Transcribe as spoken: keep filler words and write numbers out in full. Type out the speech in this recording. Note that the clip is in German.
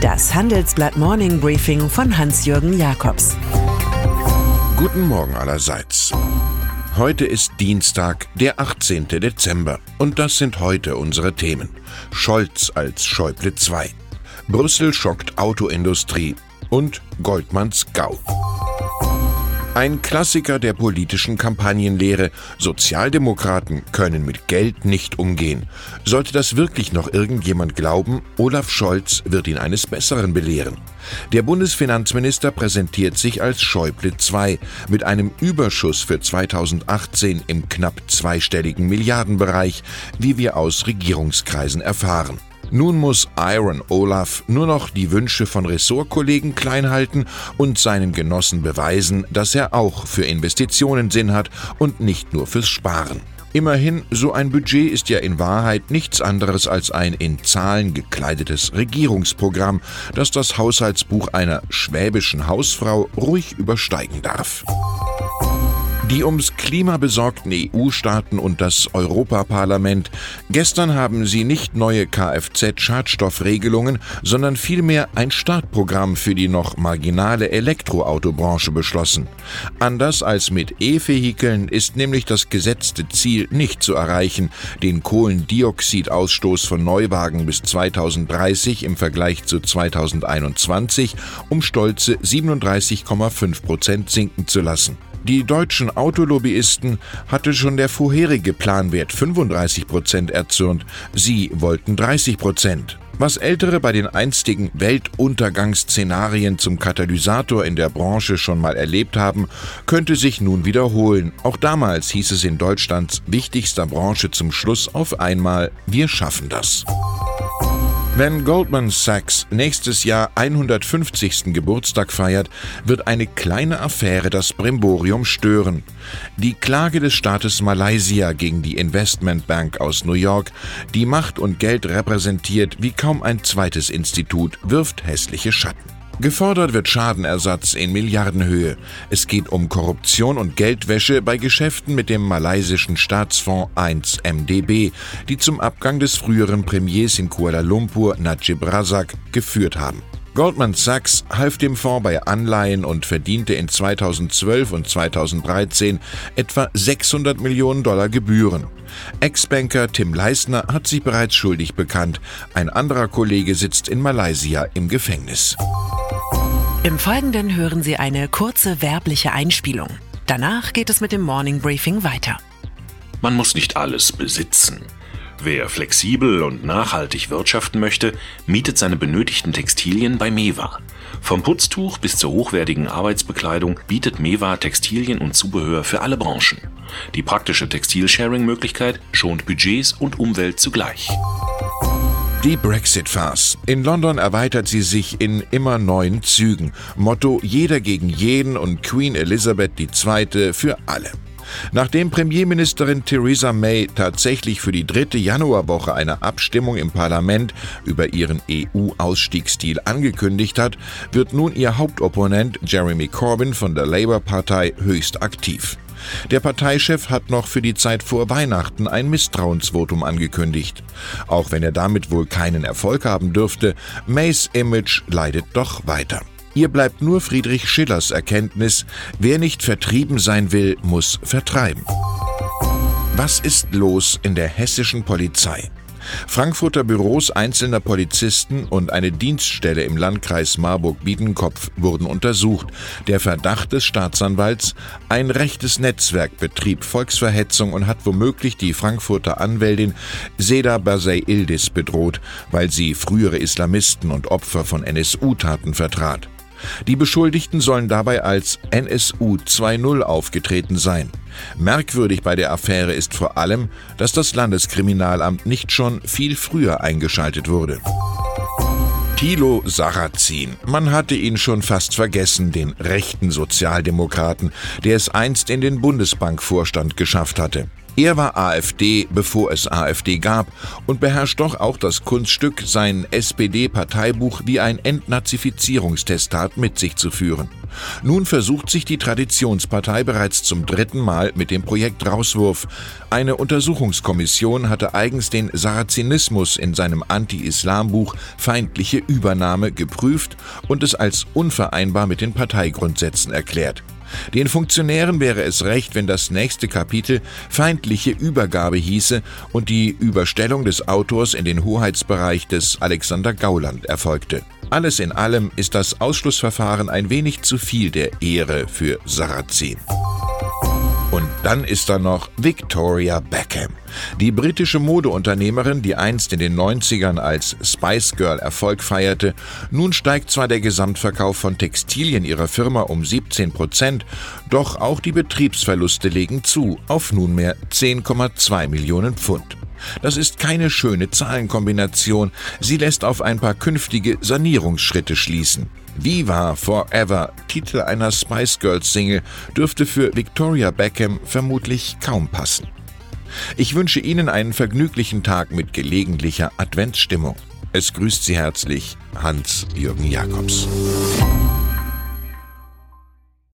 Das Handelsblatt Morning Briefing von Hans-Jürgen Jakobs. Guten Morgen allerseits. Heute ist Dienstag, der achtzehnten Dezember. Und das sind heute unsere Themen. Scholz als Schäuble zwei. Brüssel schockt Autoindustrie. Und Goldmans GAU. Ein Klassiker der politischen Kampagnenlehre: Sozialdemokraten können mit Geld nicht umgehen. Sollte das wirklich noch irgendjemand glauben, Olaf Scholz wird ihn eines Besseren belehren. Der Bundesfinanzminister präsentiert sich als Schäuble zwei mit einem Überschuss für zweitausendachtzehn im knapp zweistelligen Milliardenbereich, wie wir aus Regierungskreisen erfahren. Nun muss Iron Olaf nur noch die Wünsche von Ressortkollegen klein halten und seinen Genossen beweisen, dass er auch für Investitionen Sinn hat und nicht nur fürs Sparen. Immerhin, so ein Budget ist ja in Wahrheit nichts anderes als ein in Zahlen gekleidetes Regierungsprogramm, das das Haushaltsbuch einer schwäbischen Hausfrau ruhig übersteigen darf. Die ums Klima besorgten E U-Staaten und das Europaparlament. Gestern haben sie nicht neue Kfz-Schadstoffregelungen, sondern vielmehr ein Startprogramm für die noch marginale Elektroautobranche beschlossen. Anders als mit E-Vehikeln ist nämlich das gesetzte Ziel nicht zu erreichen, den Kohlendioxidausstoß von Neuwagen bis zweitausenddreißig im Vergleich zu zweitausendeinundzwanzig um stolze siebenunddreißig Komma fünf Prozent sinken zu lassen. Die deutschen Autolobbyisten hatte schon der vorherige Planwert fünfunddreißig Prozent erzürnt. Sie wollten dreißig Prozent. Was Ältere bei den einstigen Weltuntergangsszenarien zum Katalysator in der Branche schon mal erlebt haben, könnte sich nun wiederholen. Auch damals hieß es in Deutschlands wichtigster Branche zum Schluss auf einmal: Wir schaffen das. Wenn Goldman Sachs nächstes Jahr hundertfünfzigsten Geburtstag feiert, wird eine kleine Affäre das Brimborium stören. Die Klage des Staates Malaysia gegen die Investmentbank aus New York, die Macht und Geld repräsentiert wie kaum ein zweites Institut, wirft hässliche Schatten. Gefordert wird Schadenersatz in Milliardenhöhe. Es geht um Korruption und Geldwäsche bei Geschäften mit dem malaysischen Staatsfonds eins M D B, die zum Abgang des früheren Premiers in Kuala Lumpur, Najib Razak, geführt haben. Goldman Sachs half dem Fonds bei Anleihen und verdiente in zweitausendzwölf und zweitausenddreizehn etwa sechshundert Millionen Dollar Gebühren. Ex-Banker Tim Leissner hat sich bereits schuldig bekannt. Ein anderer Kollege sitzt in Malaysia im Gefängnis. Im Folgenden hören Sie eine kurze werbliche Einspielung. Danach geht es mit dem Morning Briefing weiter. Man muss nicht alles besitzen. Wer flexibel und nachhaltig wirtschaften möchte, mietet seine benötigten Textilien bei Mewa. Vom Putztuch bis zur hochwertigen Arbeitsbekleidung bietet Mewa Textilien und Zubehör für alle Branchen. Die praktische Textil-Sharing-Möglichkeit schont Budgets und Umwelt zugleich. Die Brexit-Farce. In London erweitert sie sich in immer neuen Zügen. Motto: Jeder gegen jeden und Queen Elizabeth die Zweite für alle. Nachdem Premierministerin Theresa May tatsächlich für die dritte Januarwoche eine Abstimmung im Parlament über ihren E U-Ausstiegsdeal angekündigt hat, wird nun ihr Hauptopponent Jeremy Corbyn von der Labour-Partei höchst aktiv. Der Parteichef hat noch für die Zeit vor Weihnachten ein Misstrauensvotum angekündigt. Auch wenn er damit wohl keinen Erfolg haben dürfte, Mays Image leidet doch weiter. Ihr bleibt nur Friedrich Schillers Erkenntnis: Wer nicht vertrieben sein will, muss vertreiben. Was ist los in der hessischen Polizei? Frankfurter Büros einzelner Polizisten und eine Dienststelle im Landkreis Marburg-Biedenkopf wurden untersucht. Der Verdacht des Staatsanwalts: ein rechtes Netzwerk betrieb Volksverhetzung und hat womöglich die Frankfurter Anwältin Seda Basay Yildiz bedroht, weil sie frühere Islamisten und Opfer von N S U-Taten vertrat. Die Beschuldigten sollen dabei als N S U zwei Punkt null aufgetreten sein. Merkwürdig bei der Affäre ist vor allem, dass das Landeskriminalamt nicht schon viel früher eingeschaltet wurde. Thilo Sarrazin. Man hatte ihn schon fast vergessen, den rechten Sozialdemokraten, der es einst in den Bundesbankvorstand geschafft hatte. Er war AfD, bevor es AfD gab, und beherrscht doch auch das Kunststück, sein S P D-Parteibuch wie ein Entnazifizierungstestat mit sich zu führen. Nun versucht sich die Traditionspartei bereits zum dritten Mal mit dem Projekt Rauswurf. Eine Untersuchungskommission hatte eigens den Sarazenismus in seinem Anti-Islam-Buch Feindliche Übernahme geprüft und es als unvereinbar mit den Parteigrundsätzen erklärt. Den Funktionären wäre es recht, wenn das nächste Kapitel feindliche Übergabe hieße und die Überstellung des Autors in den Hoheitsbereich des Alexander Gauland erfolgte. Alles in allem ist das Ausschlussverfahren ein wenig zu viel der Ehre für Sarrazin. Und dann ist da noch Victoria Beckham. Die britische Modeunternehmerin, die einst in den neunzigern als Spice Girl Erfolg feierte. Nun steigt zwar der Gesamtverkauf von Textilien ihrer Firma um siebzehn Prozent, doch auch die Betriebsverluste legen zu auf nunmehr zehn Komma zwei Millionen Pfund. Das ist keine schöne Zahlenkombination. Sie lässt auf ein paar künftige Sanierungsschritte schließen. Viva Forever, Titel einer Spice Girls Single, dürfte für Victoria Beckham vermutlich kaum passen. Ich wünsche Ihnen einen vergnüglichen Tag mit gelegentlicher Adventsstimmung. Es grüßt Sie herzlich Hans-Jürgen Jakobs.